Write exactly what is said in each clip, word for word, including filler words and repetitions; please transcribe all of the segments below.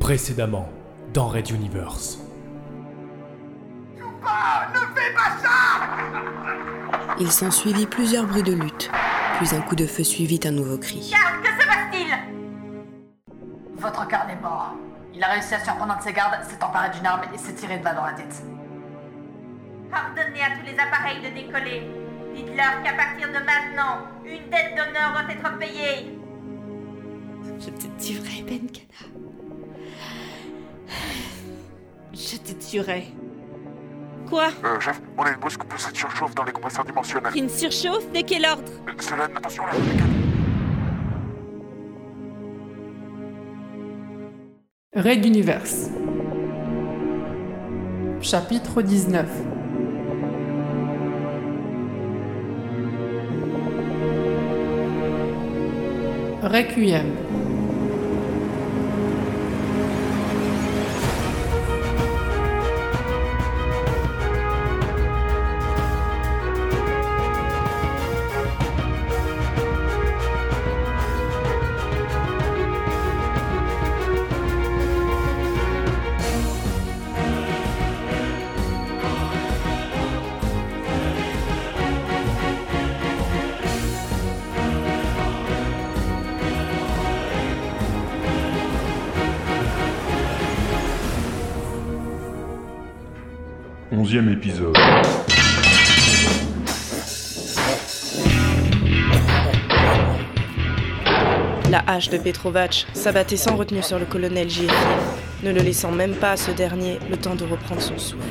Précédemment, dans Red Universe. Ah, ne fais pas ça! Il s'ensuivit plusieurs bruits de lutte, puis un coup de feu suivit un nouveau cri. Garde, que se passe-t-il? Votre garde est mort. Il a réussi à surprendre un de ses gardes, s'est emparé d'une arme et s'est tiré une balle dans la tête. Ordonnez à tous les appareils de décoller. Dites-leur qu'à partir de maintenant, une dette d'honneur doit être payée. Je te tuerai, Benkana. Je te tuerai. Quoi? Euh, chef, on a une brusque poussée de surchauffe dans les compresseurs dimensionnels. Une surchauffe? De quel ordre? Euh, Cela, attention là, Red Universe. Chapitre dix-neuf. Requiem. Onzième épisode. La hache de Petrovac s'abattait sans retenue sur le colonel J F I, ne le laissant même pas à ce dernier le temps de reprendre son souffle.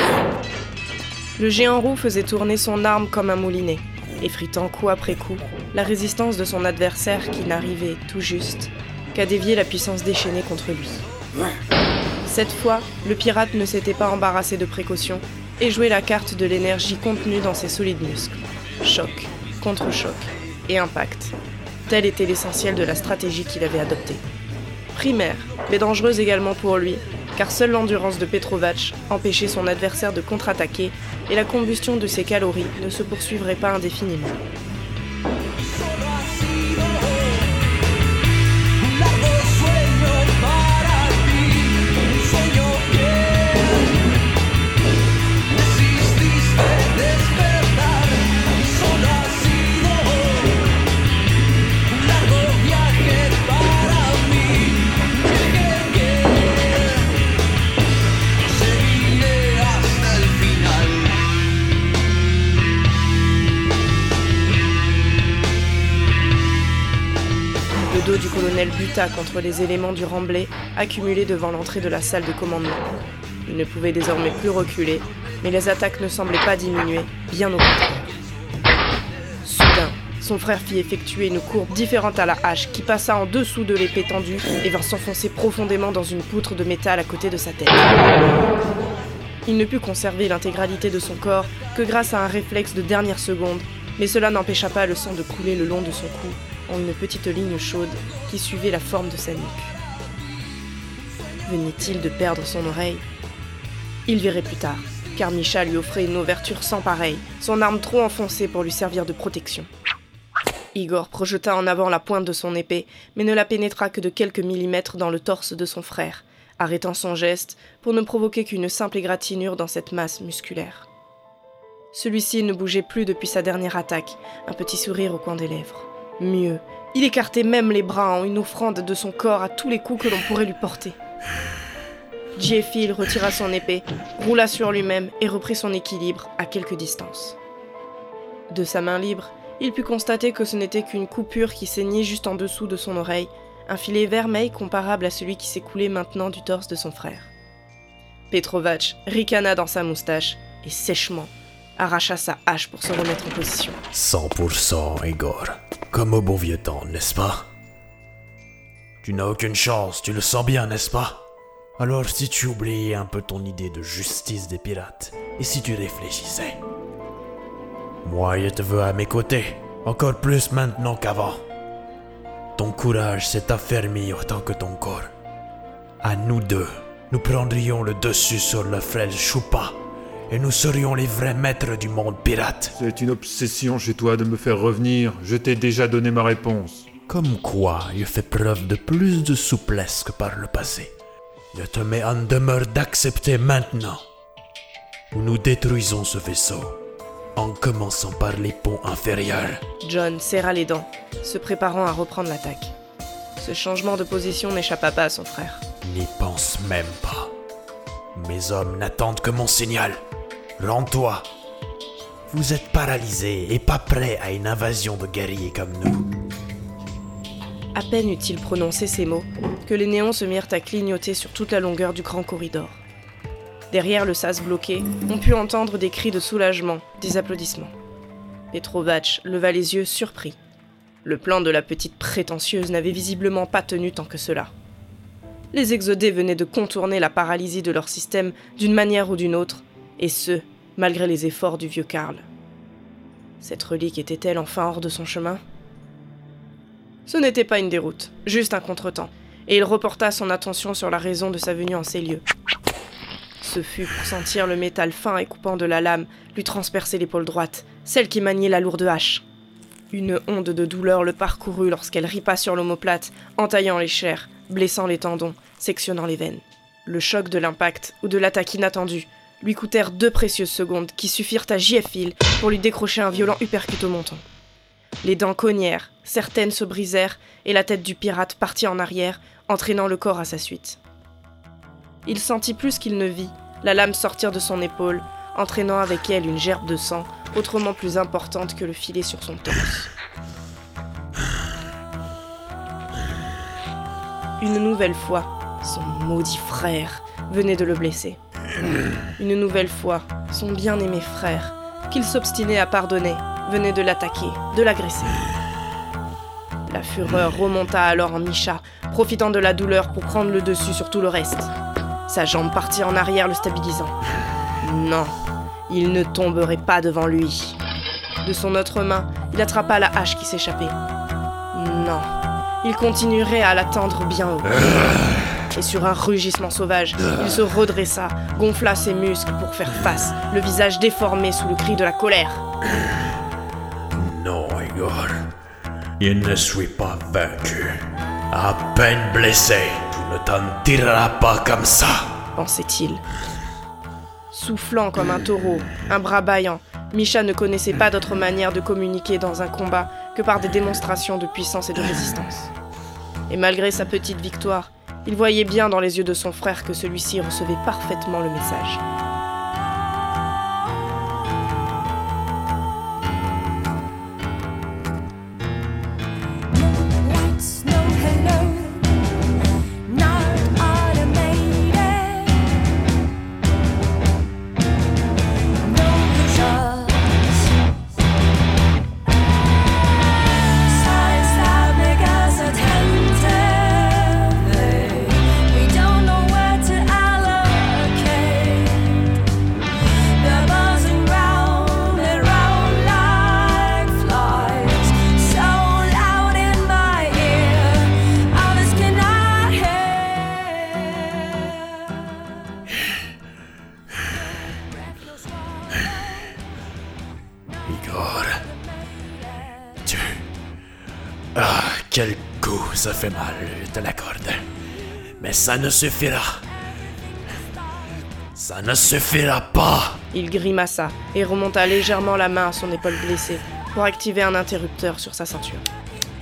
Le géant roux faisait tourner son arme comme un moulinet, effritant coup après coup la résistance de son adversaire qui n'arrivait, tout juste, qu'à dévier la puissance déchaînée contre lui. Cette fois, le pirate ne s'était pas embarrassé de précaution et jouait la carte de l'énergie contenue dans ses solides muscles. Choc, contre-choc et impact. Tel était l'essentiel de la stratégie qu'il avait adoptée. Primaire, mais dangereuse également pour lui, car seule l'endurance de Petrovac empêchait son adversaire de contre-attaquer et la combustion de ses calories ne se poursuivrait pas indéfiniment. Le dos du colonel buta contre les éléments du remblai accumulés devant l'entrée de la salle de commandement. Il ne pouvait désormais plus reculer, mais les attaques ne semblaient pas diminuer, bien au contraire. Soudain, son frère fit effectuer une courbe différente à la hache qui passa en dessous de l'épée tendue et vint s'enfoncer profondément dans une poutre de métal à côté de sa tête. Il ne put conserver l'intégralité de son corps que grâce à un réflexe de dernière seconde, mais cela n'empêcha pas le sang de couler le long de son cou en une petite ligne chaude qui suivait la forme de sa nuque. Venait-il de perdre son oreille? Il verrait plus tard, car Misha lui offrait une ouverture sans pareille, son arme trop enfoncée pour lui servir de protection. Igor projeta en avant la pointe de son épée, mais ne la pénétra que de quelques millimètres dans le torse de son frère, arrêtant son geste pour ne provoquer qu'une simple égratignure dans cette masse musculaire. Celui-ci ne bougeait plus depuis sa dernière attaque, un petit sourire au coin des lèvres. Mieux, il écartait même les bras en une offrande de son corps à tous les coups que l'on pourrait lui porter. J F I retira son épée, roula sur lui-même et reprit son équilibre à quelque distance. De sa main libre, il put constater que ce n'était qu'une coupure qui saignait juste en dessous de son oreille, un filet vermeil comparable à celui qui s'écoulait maintenant du torse de son frère. Petrovac ricana dans sa moustache et sèchement arracha sa hache pour se remettre en position. cent pour cent, Igor. Comme au bon vieux temps, n'est-ce pas? Tu n'as aucune chance, tu le sens bien, n'est-ce pas? Alors si tu oubliais un peu ton idée de justice des pirates, et si tu réfléchissais? Moi, je te veux à mes côtés, encore plus maintenant qu'avant. Ton courage s'est affermi autant que ton corps. À nous deux, nous prendrions le dessus sur le frêle Choupa, et nous serions les vrais maîtres du monde pirate. C'est une obsession chez toi de me faire revenir. Je t'ai déjà donné ma réponse. Comme quoi, il fait preuve de plus de souplesse que par le passé. Je te mets en demeure d'accepter maintenant, ou nous détruisons ce vaisseau, en commençant par les ponts inférieurs. John serra les dents, se préparant à reprendre l'attaque. Ce changement de position n'échappa pas à son frère. N'y pense même pas. Mes hommes n'attendent que mon signal. Rends-toi. Vous êtes paralysés et pas prêts à une invasion de guerriers comme nous. À peine eut-il prononcé ces mots que les néons se mirent à clignoter sur toute la longueur du grand corridor. Derrière le sas bloqué, on put entendre des cris de soulagement, des applaudissements. Petrovac leva les yeux surpris. Le plan de la petite prétentieuse n'avait visiblement pas tenu tant que cela. Les exodés venaient de contourner la paralysie de leur système d'une manière ou d'une autre, et ce, malgré les efforts du vieux Karl. Cette relique était-elle enfin hors de son chemin ? Ce n'était pas une déroute, juste un contretemps, et il reporta son attention sur la raison de sa venue en ces lieux. Ce fut pour sentir le métal fin et coupant de la lame lui transpercer l'épaule droite, celle qui maniait la lourde hache. Une onde de douleur le parcourut lorsqu'elle ripa sur l'omoplate, entaillant les chairs, blessant les tendons, sectionnant les veines. Le choc de l'impact ou de l'attaque inattendue lui coûtèrent deux précieuses secondes qui suffirent à J F Hill pour lui décrocher un violent uppercut au menton. Les dents cognèrent, certaines se brisèrent et la tête du pirate partit en arrière, entraînant le corps à sa suite. Il sentit plus qu'il ne vit la lame sortir de son épaule, entraînant avec elle une gerbe de sang, autrement plus importante que le filet sur son torse. Une nouvelle fois, son maudit frère venait de le blesser. Une nouvelle fois, son bien-aimé frère, qu'il s'obstinait à pardonner, venait de l'attaquer, de l'agresser. La fureur remonta alors en Misha, profitant de la douleur pour prendre le dessus sur tout le reste. Sa jambe partit en arrière, le stabilisant. Non, il ne tomberait pas devant lui. De son autre main, il attrapa la hache qui s'échappait. Non, il continuerait à l'attendre bien haut. Et sur un rugissement sauvage, il se redressa, gonfla ses muscles pour faire face, le visage déformé sous le cri de la colère. Non, Igor, je ne suis pas vaincu. À peine blessé, tu ne t'en tireras pas comme ça, pensait-il. Soufflant comme un taureau, un bras bâillant, Misha ne connaissait pas d'autre manière de communiquer dans un combat que par des démonstrations de puissance et de résistance. Et malgré sa petite victoire, il voyait bien dans les yeux de son frère que celui-ci recevait parfaitement le message. Ah, quel coup, ça fait mal, je te l'accorde. Mais ça ne suffira. Ça ne suffira pas. Il grimaça et remonta légèrement la main à son épaule blessée pour activer un interrupteur sur sa ceinture. Sénéchal ?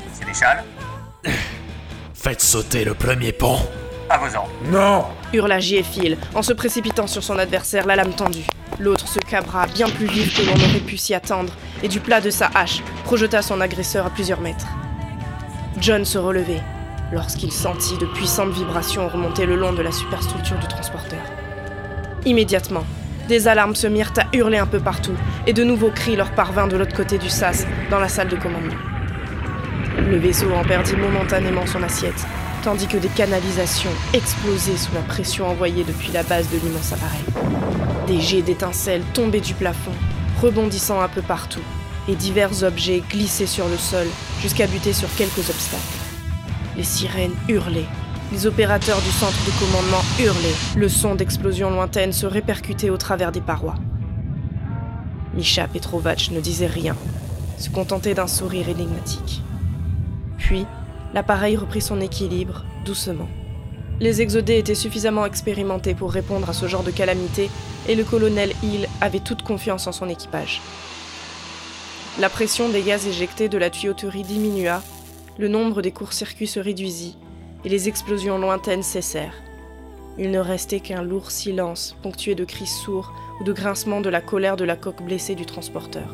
Faites sauter le premier pont. À vos ordres. Non ! Hurla J F Hill en se précipitant sur son adversaire, la lame tendue. L'autre se cabra bien plus vif que l'on aurait pu s'y attendre et du plat de sa hache projeta son agresseur à plusieurs mètres. John se relevait lorsqu'il sentit de puissantes vibrations remonter le long de la superstructure du transporteur. Immédiatement, des alarmes se mirent à hurler un peu partout et de nouveaux cris leur parvinrent de l'autre côté du sas, dans la salle de commandement. Le vaisseau en perdit momentanément son assiette, tandis que des canalisations explosaient sous la pression envoyée depuis la base de l'immense appareil. Des jets d'étincelles tombaient du plafond, rebondissant un peu partout, et divers objets glissaient sur le sol jusqu'à buter sur quelques obstacles. Les sirènes hurlaient, les opérateurs du centre de commandement hurlaient, le son d'explosions lointaines se répercutait au travers des parois. Misha Petrovac ne disait rien, se contentait d'un sourire énigmatique. Puis, l'appareil reprit son équilibre, doucement. Les exodés étaient suffisamment expérimentés pour répondre à ce genre de calamité, et le colonel Hill avait toute confiance en son équipage. La pression des gaz éjectés de la tuyauterie diminua, le nombre des courts-circuits se réduisit, et les explosions lointaines cessèrent. Il ne restait qu'un lourd silence, ponctué de cris sourds ou de grincements de la colère de la coque blessée du transporteur.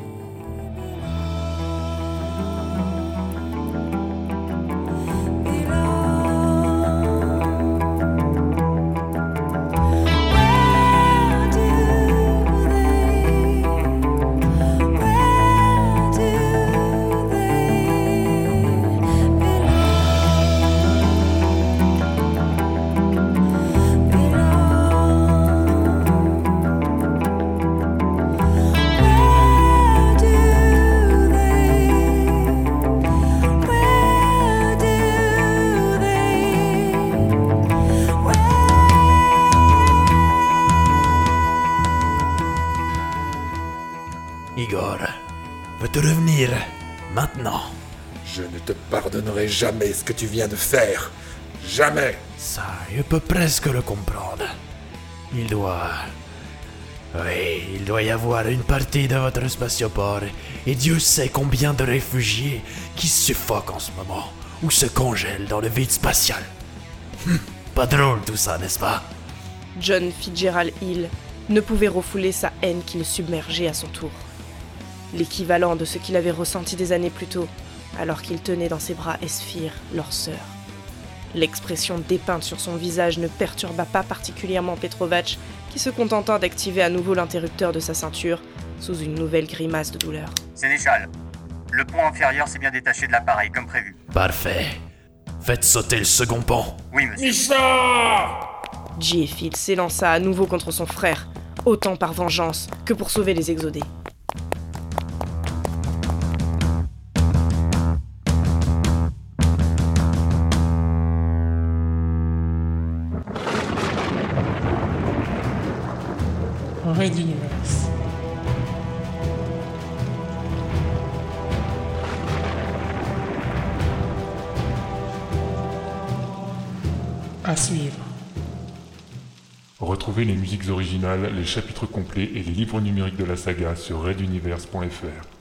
Igor, veux-tu revenir maintenant? Je ne te pardonnerai jamais ce que tu viens de faire. Jamais. Ça, je peux presque le comprendre. Il doit... Oui, il doit y avoir une partie de votre spatioport, et Dieu sait combien de réfugiés qui suffoquent en ce moment, ou se congèlent dans le vide spatial. Hum, pas drôle tout ça, n'est-ce pas? John Fitzgerald Hill ne pouvait refouler sa haine qui le submergeait à son tour. L'équivalent de ce qu'il avait ressenti des années plus tôt, alors qu'il tenait dans ses bras Esphir, leur sœur. L'expression dépeinte sur son visage ne perturba pas particulièrement Petrovac, qui se contenta d'activer à nouveau l'interrupteur de sa ceinture, sous une nouvelle grimace de douleur. Sénéchal, le pont inférieur s'est bien détaché de l'appareil, comme prévu. Parfait. Faites sauter le second pont. Oui, monsieur. Misha! J. Field s'élança à nouveau contre son frère, autant par vengeance que pour sauver les exodés. Red Universe. À suivre. Retrouvez les musiques originales, les chapitres complets et les livres numériques de la saga sur red universe point f r.